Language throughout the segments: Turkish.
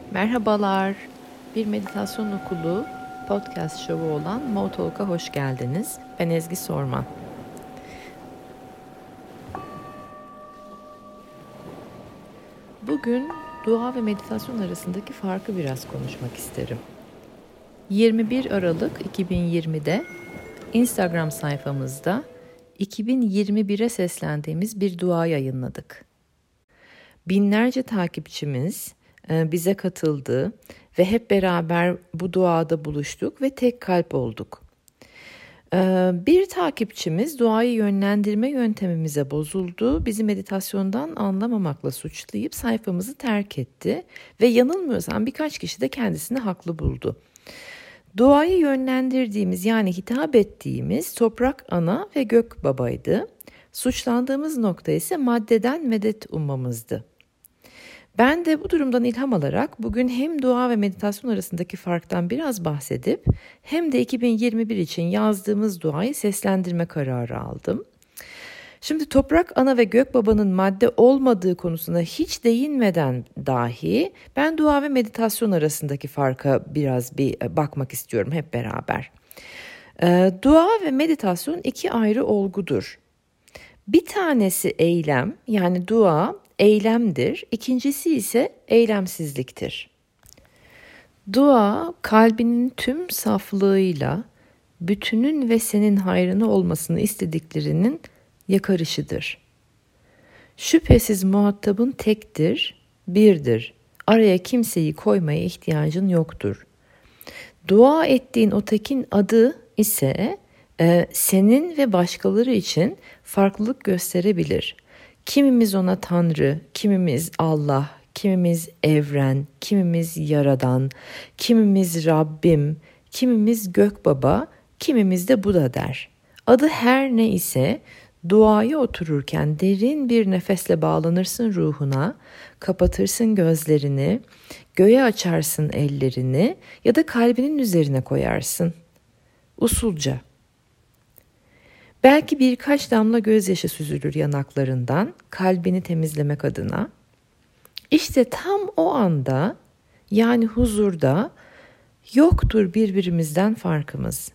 Merhabalar, bir meditasyon okulu podcast şovu olan Motalk'a hoş geldiniz. Ben Ezgi Sorman. Bugün dua ve meditasyon arasındaki farkı biraz konuşmak isterim. 21 Aralık 2020'de Instagram sayfamızda 2021'e seslendiğimiz bir dua yayınladık. Binlerce takipçimiz bize katıldı ve hep beraber bu duada buluştuk ve tek kalp olduk. Bir takipçimiz duayı yönlendirme yöntemimize bozuldu, bizi meditasyondan anlamamakla suçlayıp sayfamızı terk etti ve yanılmıyorsam birkaç kişi de kendisini haklı buldu. Duayı yönlendirdiğimiz yani hitap ettiğimiz toprak ana ve gök babaydı. Suçlandığımız nokta ise maddeden medet ummamızdı. Ben de bu durumdan ilham alarak bugün hem dua ve meditasyon arasındaki farktan biraz bahsedip hem de 2021 için yazdığımız duayı seslendirme kararı aldım. Şimdi toprak ana ve gök babanın madde olmadığı konusuna hiç değinmeden dahi ben dua ve meditasyon arasındaki farka biraz bakmak istiyorum hep beraber. Dua ve meditasyon iki ayrı olgudur. Bir tanesi eylem yani dua eylemdir, ikincisi ise eylemsizliktir. Dua kalbinin tüm saflığıyla bütünün ve senin hayrına olmasını istediklerinin yakarışıdır. Şüphesiz muhatabın tektir, birdir. Araya kimseyi koymaya ihtiyacın yoktur. Dua ettiğin o tekin adı ise senin ve başkaları için farklılık gösterebilir. Kimimiz ona Tanrı, kimimiz Allah, kimimiz evren, kimimiz Yaradan, kimimiz Rabbim, kimimiz Gökbaba, kimimiz de Buda der. Adı her ne ise duaya otururken derin bir nefesle bağlanırsın ruhuna, kapatırsın gözlerini, göğe açarsın ellerini ya da kalbinin üzerine koyarsın. Usulca. Belki birkaç damla gözyaşı süzülür yanaklarından kalbini temizlemek adına. İşte tam o anda yani huzurda yoktur birbirimizden farkımız.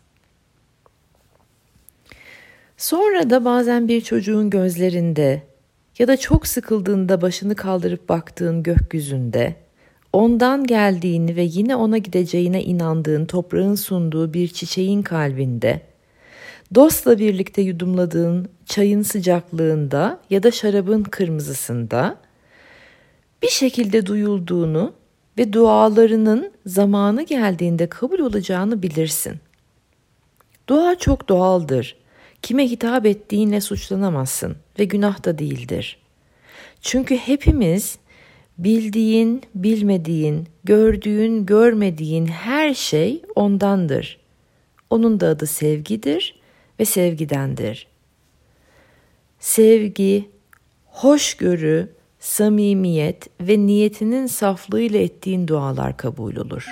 Sonra da bazen bir çocuğun gözlerinde ya da çok sıkıldığında başını kaldırıp baktığın gökyüzünde, ondan geldiğini ve yine ona gideceğine inandığın toprağın sunduğu bir çiçeğin kalbinde, dostla birlikte yudumladığın çayın sıcaklığında ya da şarabın kırmızısında bir şekilde duyulduğunu ve dualarının zamanı geldiğinde kabul olacağını bilirsin. Dua çok doğaldır. Kime hitap ettiğinle suçlanamazsın ve günah da değildir. Çünkü hepimiz bildiğin, bilmediğin, gördüğün, görmediğin her şey ondandır. Onun da adı sevgidir ve sevgidendir. Sevgi, hoşgörü, samimiyet ve niyetinin saflığıyla ettiğin dualar kabul olur.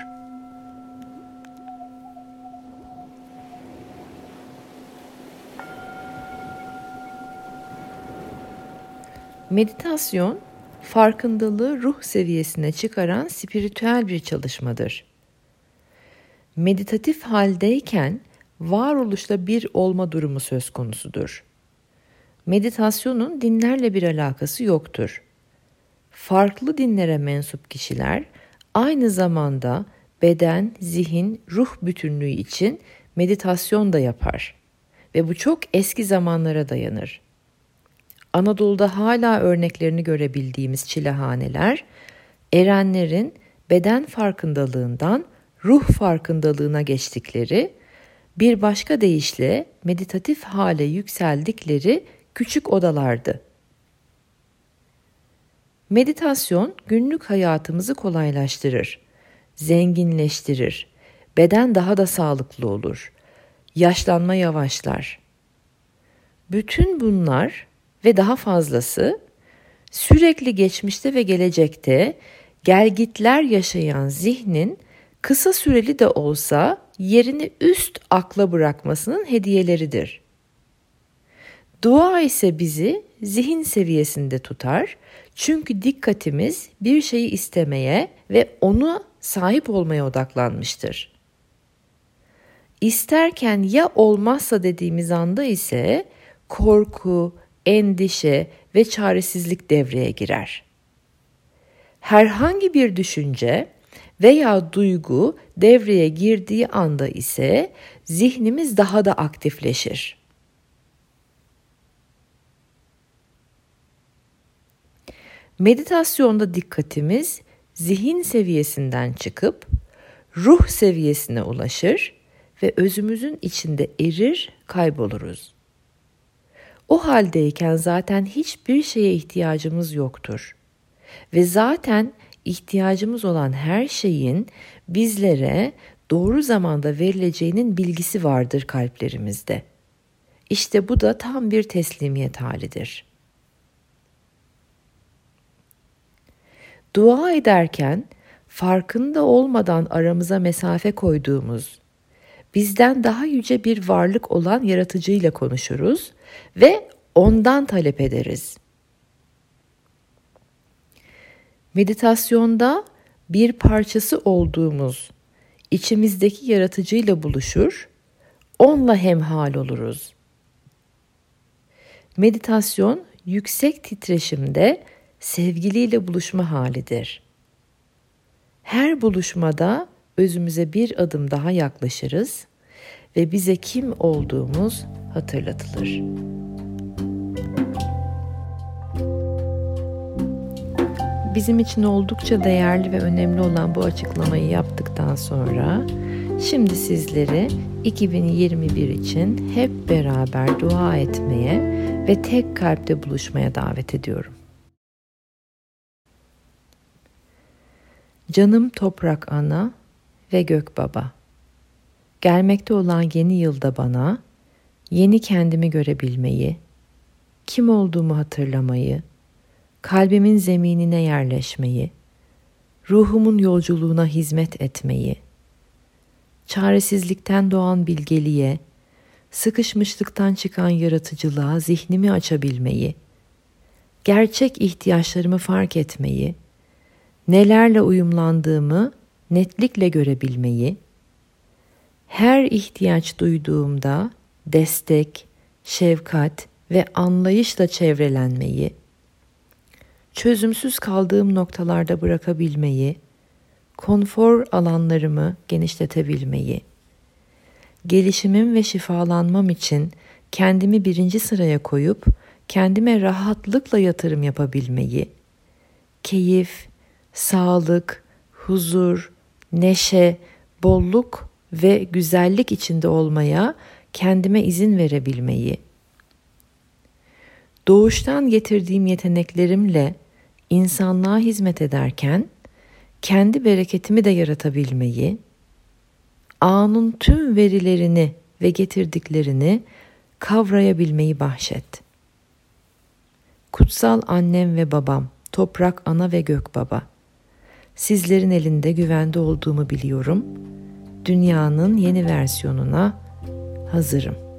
Meditasyon, farkındalığı ruh seviyesine çıkaran spiritüel bir çalışmadır. Meditatif haldeyken varoluşla bir olma durumu söz konusudur. Meditasyonun dinlerle bir alakası yoktur. Farklı dinlere mensup kişiler aynı zamanda beden, zihin, ruh bütünlüğü için meditasyon da yapar ve bu çok eski zamanlara dayanır. Anadolu'da hala örneklerini görebildiğimiz çilehaneler, erenlerin beden farkındalığından ruh farkındalığına geçtikleri, bir başka deyişle meditatif hale yükseldikleri küçük odalardı. Meditasyon günlük hayatımızı kolaylaştırır, zenginleştirir, beden daha da sağlıklı olur, yaşlanma yavaşlar. Bütün bunlar ve daha fazlası sürekli geçmişte ve gelecekte gelgitler yaşayan zihnin kısa süreli de olsa yerini üst akla bırakmasının hediyeleridir. Dua ise bizi zihin seviyesinde tutar. Çünkü dikkatimiz bir şeyi istemeye ve onu sahip olmaya odaklanmıştır. İsterken ya olmazsa dediğimiz anda ise korku, endişe ve çaresizlik devreye girer. Herhangi bir düşünce veya duygu devreye girdiği anda ise zihnimiz daha da aktifleşir. Meditasyonda dikkatimiz zihin seviyesinden çıkıp ruh seviyesine ulaşır ve özümüzün içinde erir, kayboluruz. O haldeyken zaten hiçbir şeye ihtiyacımız yoktur. Ve zaten ihtiyacımız olan her şeyin bizlere doğru zamanda verileceğinin bilgisi vardır kalplerimizde. İşte bu da tam bir teslimiyet halidir. Dua ederken farkında olmadan aramıza mesafe koyduğumuz, bizden daha yüce bir varlık olan yaratıcıyla konuşuruz ve ondan talep ederiz. Meditasyonda bir parçası olduğumuz içimizdeki yaratıcıyla buluşur, onunla hemhal oluruz. Meditasyon yüksek titreşimde sevgiliyle buluşma halidir. Her buluşmada özümüze bir adım daha yaklaşırız ve bize kim olduğumuz hatırlatılır. Bizim için oldukça değerli ve önemli olan bu açıklamayı yaptıktan sonra şimdi sizleri 2021 için hep beraber dua etmeye ve tek kalpte buluşmaya davet ediyorum. Canım toprak ana ve gök baba, gelmekte olan yeni yılda bana yeni kendimi görebilmeyi, kim olduğumu hatırlamayı, kalbimin zeminine yerleşmeyi, ruhumun yolculuğuna hizmet etmeyi, çaresizlikten doğan bilgeliğe, sıkışmışlıktan çıkan yaratıcılığa zihnimi açabilmeyi, gerçek ihtiyaçlarımı fark etmeyi, nelerle uyumlandığımı netlikle görebilmeyi, her ihtiyaç duyduğumda destek, şefkat ve anlayışla çevrelenmeyi, çözümsüz kaldığım noktalarda bırakabilmeyi, konfor alanlarımı genişletebilmeyi, gelişimim ve şifalanmam için kendimi birinci sıraya koyup kendime rahatlıkla yatırım yapabilmeyi, keyif, sağlık, huzur, neşe, bolluk ve güzellik içinde olmaya kendime izin verebilmeyi, doğuştan getirdiğim yeteneklerimle insanlığa hizmet ederken kendi bereketimi de yaratabilmeyi, anın tüm verilerini ve getirdiklerini kavrayabilmeyi bahşet. Kutsal annem ve babam, toprak ana ve gök baba, sizlerin elinde güvende olduğumu biliyorum. Dünyanın yeni versiyonuna hazırım.